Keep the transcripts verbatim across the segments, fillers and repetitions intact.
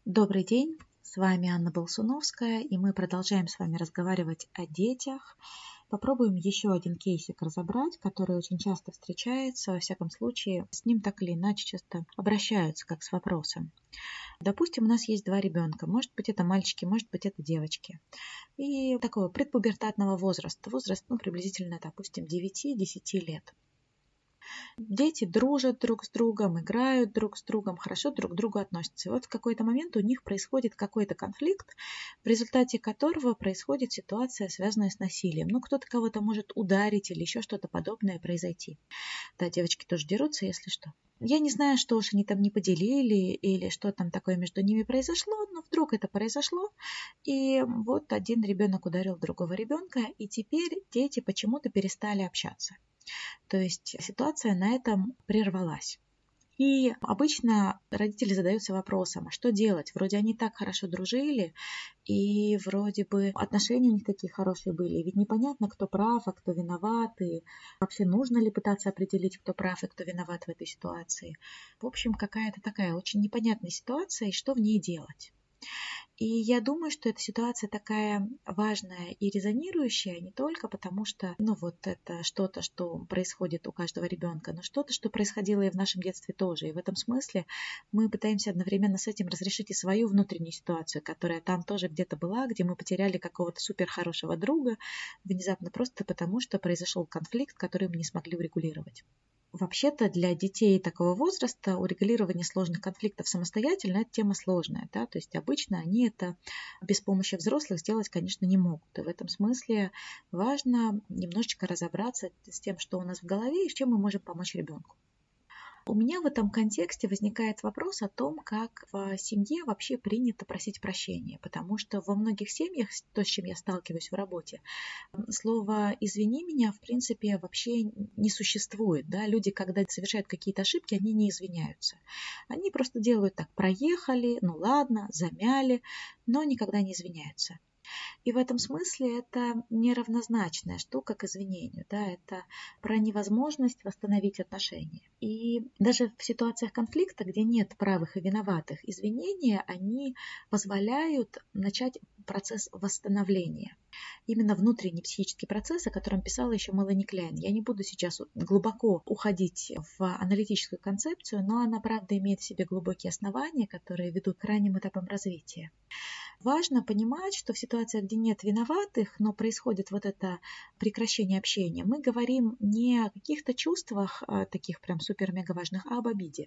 Добрый день, с вами Анна Болсуновская, и мы продолжаем с вами разговаривать о детях. Попробуем еще один кейсик разобрать, который очень часто встречается, во всяком случае, с ним так или иначе часто обращаются, как с вопросом. Допустим, у нас есть два ребенка, может быть, это мальчики, может быть, это девочки. И такого предпубертатного возраста, возраст, ну, приблизительно, допустим, девяти-десяти лет. Дети дружат друг с другом, играют друг с другом, хорошо друг к другу относятся. И вот в какой-то момент у них происходит какой-то конфликт, в результате которого происходит ситуация, связанная с насилием. Ну, кто-то кого-то может ударить или еще что-то подобное произойти. Да, девочки тоже дерутся, если что. Я не знаю, что уж они там не поделили или что там такое между ними произошло, но вдруг это произошло, и вот один ребенок ударил другого ребенка, и теперь дети почему-то перестали общаться. То есть ситуация на этом прервалась. И обычно родители задаются вопросом, а что делать? Вроде они так хорошо дружили, и вроде бы отношения у них такие хорошие были. Ведь непонятно, кто прав, а кто виноват, и вообще нужно ли пытаться определить, кто прав и кто виноват в этой ситуации. В общем, какая-то такая очень непонятная ситуация, и что в ней делать. И я думаю, что эта ситуация такая важная и резонирующая не только потому, что ну вот это что-то, что происходит у каждого ребенка, но что-то, что происходило и в нашем детстве тоже. И в этом смысле мы пытаемся одновременно с этим разрешить и свою внутреннюю ситуацию, которая там тоже где-то была, где мы потеряли какого-то супер хорошего друга внезапно просто потому, что произошел конфликт, который мы не смогли урегулировать. Вообще-то для детей такого возраста урегулирование сложных конфликтов самостоятельно – это тема сложная. Да? То есть обычно они это без помощи взрослых сделать, конечно, не могут. И в этом смысле важно немножечко разобраться с тем, что у нас в голове и с чем мы можем помочь ребенку. У меня в этом контексте возникает вопрос о том, как в семье вообще принято просить прощения, потому что во многих семьях, то, с чем я сталкиваюсь в работе, слово «извини меня» в принципе вообще не существует. Да? Люди, когда совершают какие-то ошибки, они не извиняются. Они просто делают так: проехали, ну ладно, замяли, но никогда не извиняются. И в этом смысле это неравнозначная штука к извинению. Да? Это про невозможность восстановить отношения. И даже в ситуациях конфликта, где нет правых и виноватых, извинения, они позволяют начать процесс восстановления. Именно внутренний психический процесс, о котором писала еще Мелани Кляйн. Я не буду сейчас глубоко уходить в аналитическую концепцию, но она, правда, имеет в себе глубокие основания, которые ведут к ранним этапам развития. Важно понимать, что в ситуациях, где нет виноватых, но происходит вот это прекращение общения, мы говорим не о каких-то чувствах таких прям супер-мега важных, а об обиде.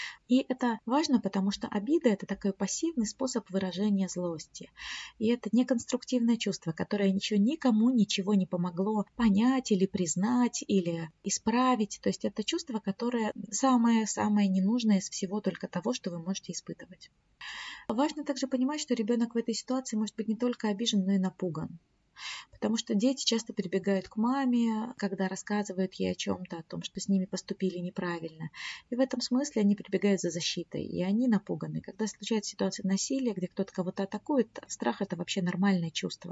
И это важно, потому что обида – это такой пассивный способ выражения злости. И это неконструктивное чувство, которое ничего, никому ничего не помогло понять или признать, или исправить. То есть это чувство, которое самое-самое ненужное из всего только того, что вы можете испытывать. Важно также понимать, что ребенок в этой ситуации может быть не только обижен, но и напуган. Потому что дети часто прибегают к маме, когда рассказывают ей о чем-то, о том, что с ними поступили неправильно. И в этом смысле они прибегают за защитой, и они напуганы. Когда случается ситуация насилия, где кто-то кого-то атакует, страх – это вообще нормальное чувство.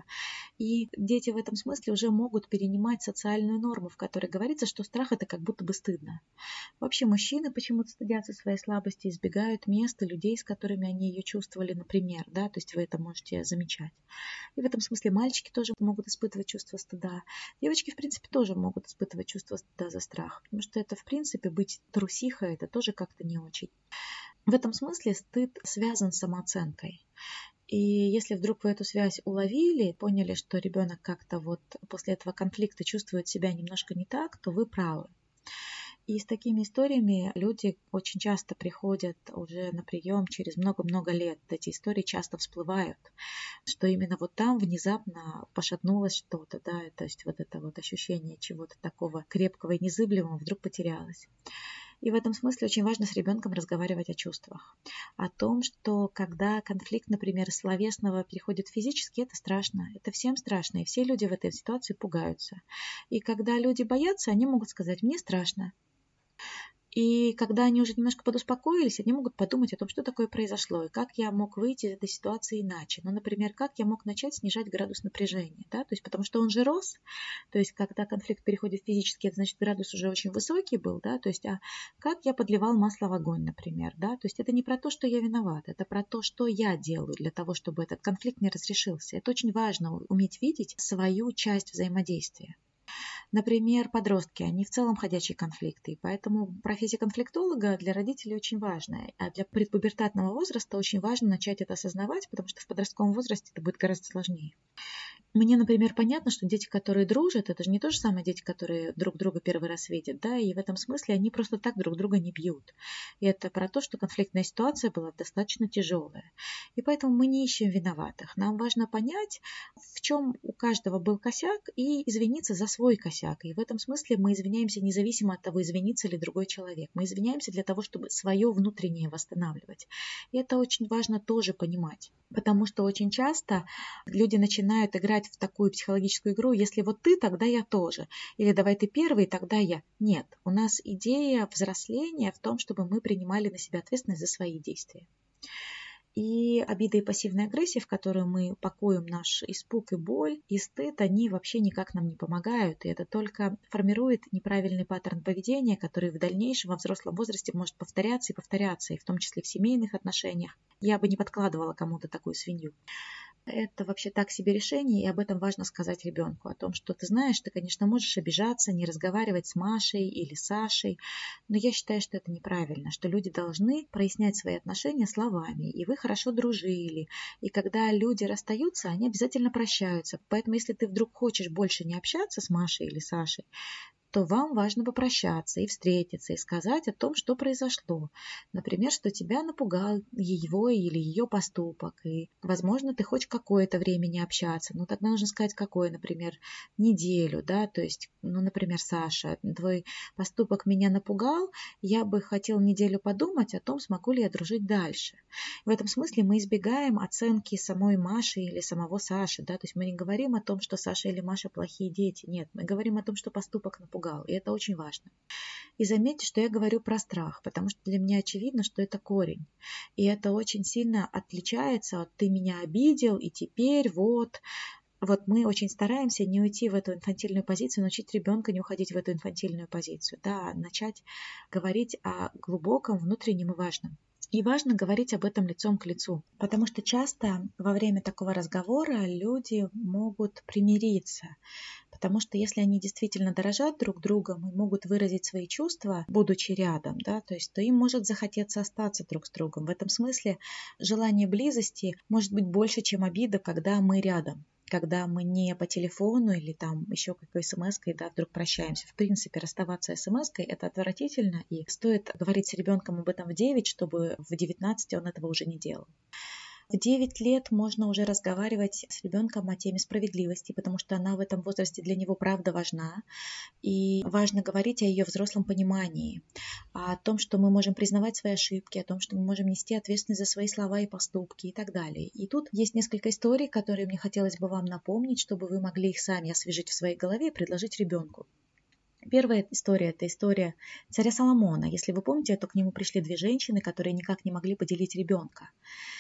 И дети в этом смысле уже могут перенимать социальную норму, в которой говорится, что страх – это как будто бы стыдно. Вообще мужчины почему-то стыдятся своей слабости, избегают мест и людей, с которыми они ее чувствовали, например. Да? То есть вы это можете замечать. И в этом смысле мальчики тоже могут испытывать чувство стыда. Девочки, в принципе, тоже могут испытывать чувство стыда за страх, потому что это, в принципе, быть трусихой, это тоже как-то не очень. В этом смысле стыд связан с самооценкой. И если вдруг вы эту связь уловили, поняли, что ребенок как-то вот после этого конфликта чувствует себя немножко не так, то вы правы. И с такими историями люди очень часто приходят уже на прием через много-много лет. Эти истории часто всплывают, что именно вот там внезапно пошатнулось что-то, да, то есть вот это вот ощущение чего-то такого крепкого и незыблемого вдруг потерялось. И в этом смысле очень важно с ребенком разговаривать о чувствах. О том, что когда конфликт, например, словесного переходит в физический, это страшно. Это всем страшно, и все люди в этой ситуации пугаются. И когда люди боятся, они могут сказать: «Мне страшно». И когда они уже немножко подуспокоились, они могут подумать о том, что такое произошло, и как я мог выйти из этой ситуации иначе. Ну, например, как я мог начать снижать градус напряжения, да, то есть потому что он же рос, то есть когда конфликт переходит в физический, это значит градус уже очень высокий был, да, то есть а как я подливал масло в огонь, например, да, то есть это не про то, что я виноват, это про то, что я делаю для того, чтобы этот конфликт не разрешился. Это очень важно, уметь видеть свою часть взаимодействия. Например, подростки, они в целом ходячие конфликты, и поэтому профессия конфликтолога для родителей очень важная, а для предпубертатного возраста очень важно начать это осознавать, потому что в подростковом возрасте это будет гораздо сложнее. Мне, например, понятно, что дети, которые дружат, это же не то же самое дети, которые друг друга первый раз видят, да, и в этом смысле они просто так друг друга не бьют. И это про то, что конфликтная ситуация была достаточно тяжелая. И поэтому мы не ищем виноватых. Нам важно понять, в чем у каждого был косяк, и извиниться за свой косяк. И в этом смысле мы извиняемся независимо от того, извинится ли другой человек. Мы извиняемся для того, чтобы свое внутреннее восстанавливать. И это очень важно тоже понимать. Потому что очень часто люди начинают играть в такую психологическую игру, если вот ты, тогда я тоже. Или давай ты первый, тогда я. Нет, у нас идея взросления в том, чтобы мы принимали на себя ответственность за свои действия. И обида и пассивная агрессия, в которую мы пакуем наш испуг и боль, и стыд, они вообще никак нам не помогают. И это только формирует неправильный паттерн поведения, который в дальнейшем во взрослом возрасте может повторяться и повторяться, и в том числе в семейных отношениях. Я бы не подкладывала кому-то такую свинью. Это вообще так себе решение, и об этом важно сказать ребенку, о том, что ты знаешь, ты, конечно, можешь обижаться, не разговаривать с Машей или Сашей, но я считаю, что это неправильно, что люди должны прояснять свои отношения словами, и вы хорошо дружили, и когда люди расстаются, они обязательно прощаются, поэтому если ты вдруг хочешь больше не общаться с Машей или Сашей, то вам важно попрощаться и встретиться, и сказать о том, что произошло. Например, что тебя напугал его или ее поступок, и, возможно, ты хочешь какое-то время не общаться. Ну, тогда нужно сказать, какое, например, неделю, да, то есть, ну, например, Саша, твой поступок меня напугал, я бы хотел неделю подумать о том, смогу ли я дружить дальше. В этом смысле мы избегаем оценки самой Маши или самого Саши, да, то есть мы не говорим о том, что Саша или Маша плохие дети, нет, мы говорим о том, что поступок напугал. И это очень важно. И заметьте, что я говорю про страх, потому что для меня очевидно, что это корень. И это очень сильно отличается от «ты меня обидел, и теперь вот...» Вот мы очень стараемся не уйти в эту инфантильную позицию, научить ребенка не уходить в эту инфантильную позицию, да, начать говорить о глубоком, внутреннем и важном. И важно говорить об этом лицом к лицу, потому что часто во время такого разговора люди могут примириться, потому что если они действительно дорожат друг другом и могут выразить свои чувства, будучи рядом, да, то есть, то им может захотеться остаться друг с другом. В этом смысле желание близости может быть больше, чем обида, когда мы рядом. Когда мы не по телефону или там еще какой смс-кой, да, вдруг прощаемся. В принципе, расставаться смс-кой – это отвратительно, и стоит говорить с ребенком об этом в девять, чтобы в девятнадцать он этого уже не делал. В девять лет можно уже разговаривать с ребенком о теме справедливости, потому что она в этом возрасте для него правда важна. И важно говорить о ее взрослом понимании, о том, что мы можем признавать свои ошибки, о том, что мы можем нести ответственность за свои слова и поступки и так далее. И тут есть несколько историй, которые мне хотелось бы вам напомнить, чтобы вы могли их сами освежить в своей голове и предложить ребенку. Первая история – это история царя Соломона. Если вы помните, то к нему пришли две женщины, которые никак не могли поделить ребенка.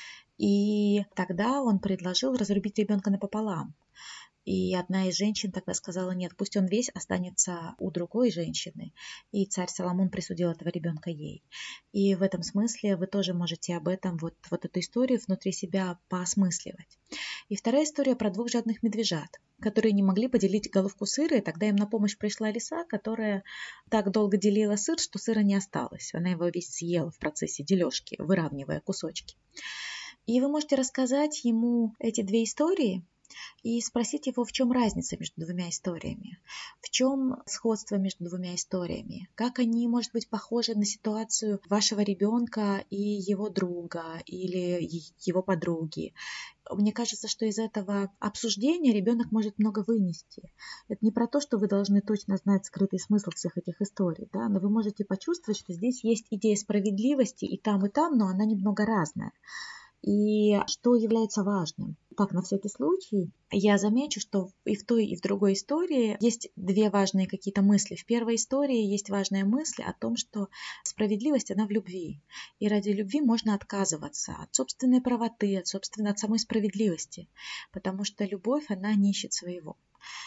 И тогда он предложил разрубить ребенка напополам. И одна из женщин тогда сказала: нет, пусть он весь останется у другой женщины. И царь Соломон присудил этого ребенка ей. И в этом смысле вы тоже можете об этом, вот, вот эту историю внутри себя поосмысливать. И вторая история про двух жадных медвежат, которые не могли поделить головку сыра, и тогда им на помощь пришла лиса, которая так долго делила сыр, что сыра не осталось. Она его весь съела в процессе дележки, выравнивая кусочки. И вы можете рассказать ему эти две истории и спросить его, в чем разница между двумя историями, в чем сходство между двумя историями, как они, может быть, похожи на ситуацию вашего ребенка и его друга или его подруги. Мне кажется, что из этого обсуждения ребенок может много вынести. Это не про то, что вы должны точно знать скрытый смысл всех этих историй, да? Но вы можете почувствовать, что здесь есть идея справедливости и там, и там, но она немного разная. И что является важным. Так, на всякий случай, я замечу, что и в той, и в другой истории есть две важные какие-то мысли. В первой истории есть важная мысль о том, что справедливость, она в любви. И ради любви можно отказываться от собственной правоты, от собственной, от самой справедливости. Потому что любовь, она не ищет своего.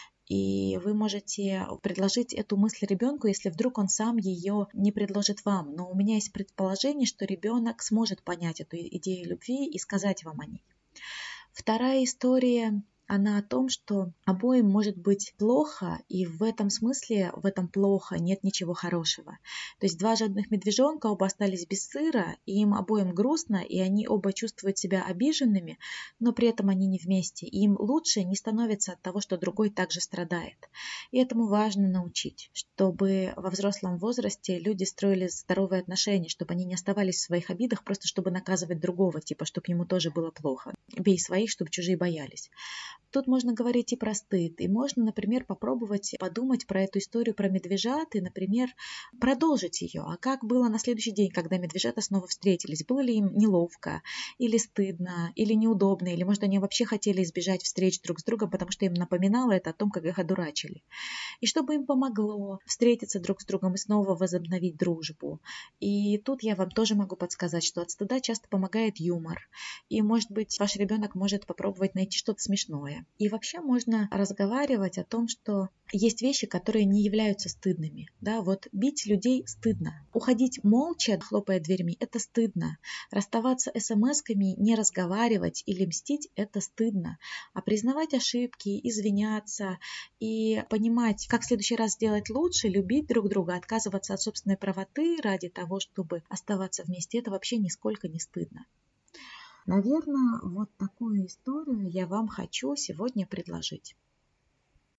И вы можете предложить эту мысль ребенку, если вдруг он сам ее не предложит вам. Но у меня есть предположение, что ребенок сможет понять эту идею любви и сказать вам о ней. Вторая история, она о том, что обоим может быть плохо, и в этом смысле, в этом плохо, нет ничего хорошего. То есть два жадных медвежонка оба остались без сыра, и им обоим грустно, и они оба чувствуют себя обиженными, но при этом они не вместе. И им лучше не становится от того, что другой также страдает. И этому важно научить, чтобы во взрослом возрасте люди строили здоровые отношения, чтобы они не оставались в своих обидах, просто чтобы наказывать другого, типа, чтобы ему тоже было плохо. Бей своих, чтобы чужие боялись. Тут можно говорить и про стыд, и можно, например, попробовать подумать про эту историю про медвежат и, например, продолжить ее. А как было на следующий день, когда медвежата снова встретились? Было ли им неловко, или стыдно, или неудобно, или, может, они вообще хотели избежать встреч друг с другом, потому что им напоминало это о том, как их одурачили. И чтобы им помогло встретиться друг с другом и снова возобновить дружбу. И тут я вам тоже могу подсказать, что от стыда часто помогает юмор. И, может быть, ваш ребенок может попробовать найти что-то смешное. И вообще можно разговаривать о том, что есть вещи, которые не являются стыдными. Да, вот бить людей стыдно. Уходить молча, хлопая дверьми, это стыдно. Расставаться смс-ками, не разговаривать или мстить, это стыдно. А признавать ошибки, извиняться и понимать, как в следующий раз сделать лучше, любить друг друга, отказываться от собственной правоты ради того, чтобы оставаться вместе, это вообще нисколько не стыдно. Наверное, вот такую историю я вам хочу сегодня предложить.